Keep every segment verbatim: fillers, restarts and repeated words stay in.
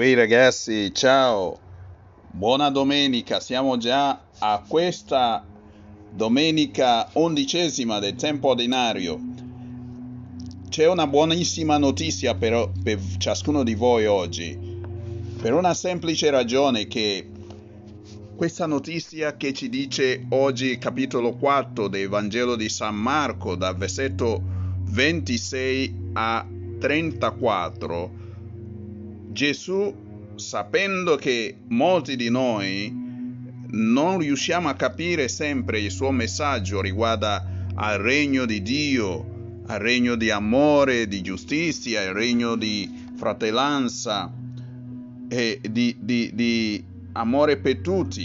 Ui ragazzi, ciao, buona domenica, siamo già a questa domenica undicesima del tempo ordinario. C'è una buonissima notizia però per ciascuno di voi oggi, per una semplice ragione che questa notizia che ci dice oggi capitolo quattro del Vangelo di San Marco, dal versetto ventisei a trentaquattro, Gesù, sapendo che molti di noi non riusciamo a capire sempre il suo messaggio riguardo al regno di Dio, al regno di amore, di giustizia, al regno di fratellanza e di, di, di amore per tutti,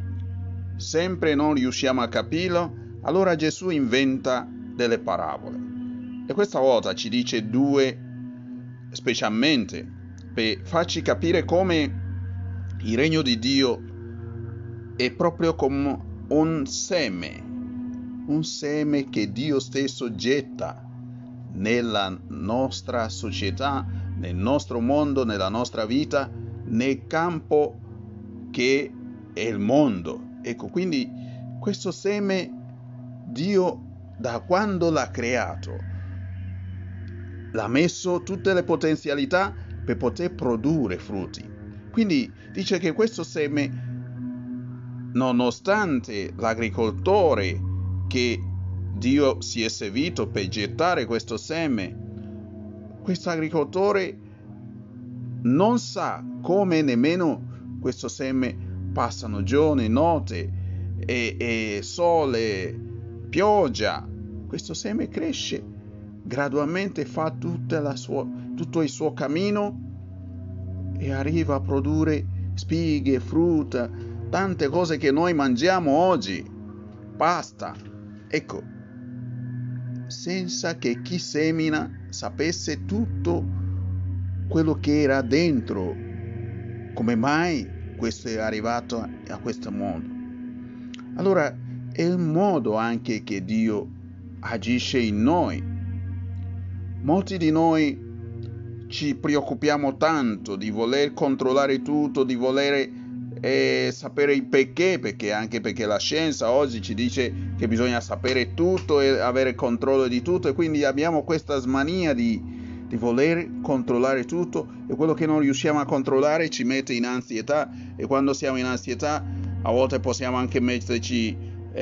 sempre non riusciamo a capirlo, allora Gesù inventa delle parabole. E questa volta ci dice due specialmente per farci capire come il regno di Dio è proprio come un seme, un seme che Dio stesso getta nella nostra società, nel nostro mondo, nella nostra vita, nel campo che è il mondo. Ecco, quindi questo seme Dio, da quando l'ha creato, l'ha messo tutte le potenzialità per poter produrre frutti. Quindi dice che questo seme, nonostante l'agricoltore che Dio si è servito per gettare questo seme, questo agricoltore non sa come nemmeno questo seme passano giorni, notte e, e sole, pioggia. Questo seme cresce gradualmente, fa tutta la sua, tutto il suo cammino e arriva a produrre spighe, frutta, tante cose che noi mangiamo oggi, pasta. Ecco, senza che chi semina sapesse tutto quello che era dentro, come mai questo è arrivato a questo mondo. Allora è il modo anche che Dio agisce in noi. Molti di noi ci preoccupiamo tanto di voler controllare tutto, di voler eh, sapere il perché, perché anche perché la scienza oggi ci dice che bisogna sapere tutto e avere controllo di tutto, e quindi abbiamo questa smania di, di voler controllare tutto, e quello che non riusciamo a controllare ci mette in ansietà, e quando siamo in ansietà a volte possiamo anche metterci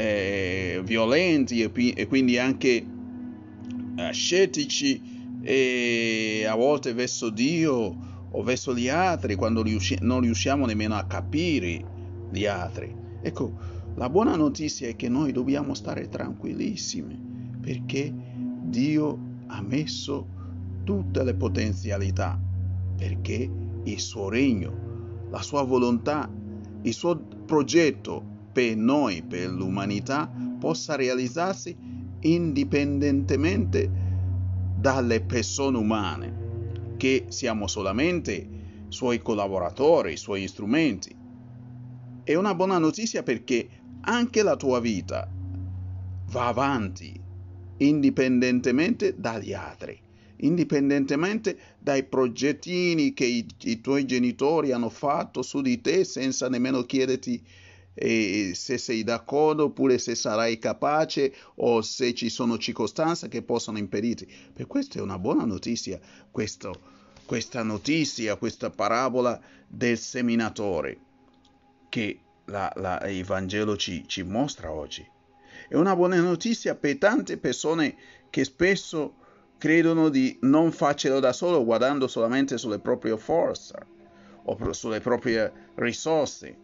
eh, violenti e, e quindi anche eh, scettici, e a volte verso Dio o verso gli altri, quando riusci- non riusciamo nemmeno a capire gli altri. Ecco, la buona notizia è che noi dobbiamo stare tranquillissimi, perché Dio ha messo tutte le potenzialità perché il suo regno, la sua volontà, il suo progetto per noi, per l'umanità, possa realizzarsi indipendentemente dalle persone umane, che siamo solamente suoi collaboratori, suoi strumenti. È una buona notizia perché anche la tua vita va avanti indipendentemente dagli altri, indipendentemente dai progettini che i, i tuoi genitori hanno fatto su di te senza nemmeno chiederti e se sei d'accordo oppure se sarai capace o se ci sono circostanze che possono impedirti. Per questo è una buona notizia, questo, questa notizia, questa parabola del seminatore che la, la, il Vangelo ci, ci mostra oggi. È una buona notizia per tante persone che spesso credono di non farcelo da solo, guardando solamente sulle proprie forze o sulle proprie risorse.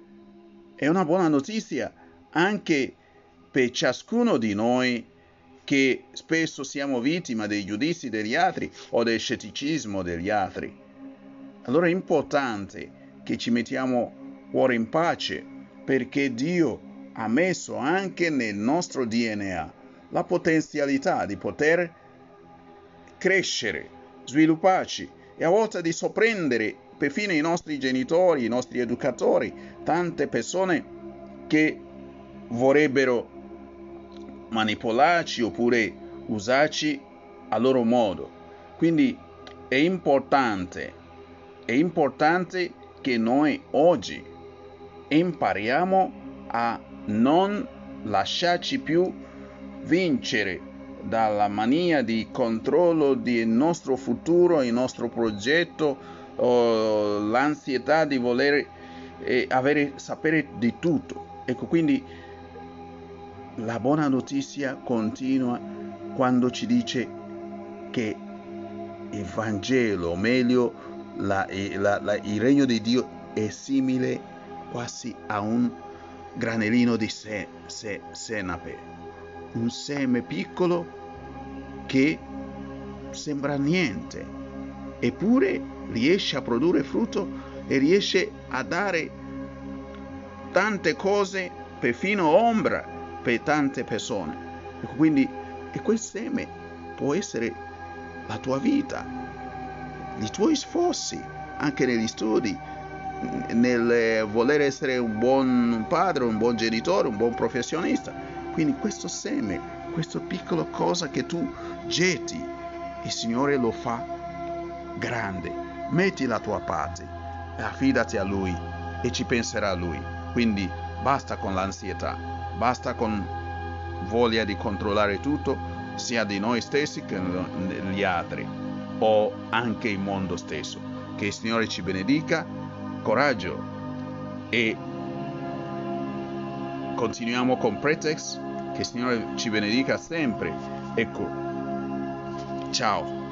È una buona notizia anche per ciascuno di noi che spesso siamo vittime dei giudizi degli altri o del scetticismo degli altri. Allora è importante che ci mettiamo cuore in pace, perché Dio ha messo anche nel nostro D N A la potenzialità di poter crescere, svilupparci e a volte di sorprendere perfino i nostri genitori, i nostri educatori, tante persone che vorrebbero manipolarci oppure usarci a loro modo. Quindi è importante è importante che noi oggi impariamo a non lasciarci più vincere dalla mania di controllo del nostro futuro, il nostro progetto, o l'ansietà di voler eh, avere, sapere di tutto. Ecco, quindi la buona notizia continua quando ci dice che il Vangelo, o meglio la, la, la, il regno di Dio è simile quasi a un granellino di se, se, senape, un seme piccolo che sembra niente, eppure riesce a produrre frutto e riesce a dare tante cose, perfino ombra per tante persone. Quindi e quel seme può essere la tua vita, i tuoi sforzi, anche negli studi, nel voler essere un buon padre, un buon genitore, un buon professionista. Quindi questo seme, questa piccola cosa che tu getti, il Signore lo fa grande. Metti la tua parte, affidati a Lui e ci penserà Lui. Quindi basta con l'ansietà, basta con voglia di controllare tutto, sia di noi stessi che degli altri o anche il mondo stesso. Che il Signore ci benedica, coraggio, e continuiamo con Pretext. Che il Signore ci benedica sempre. Ecco, ciao.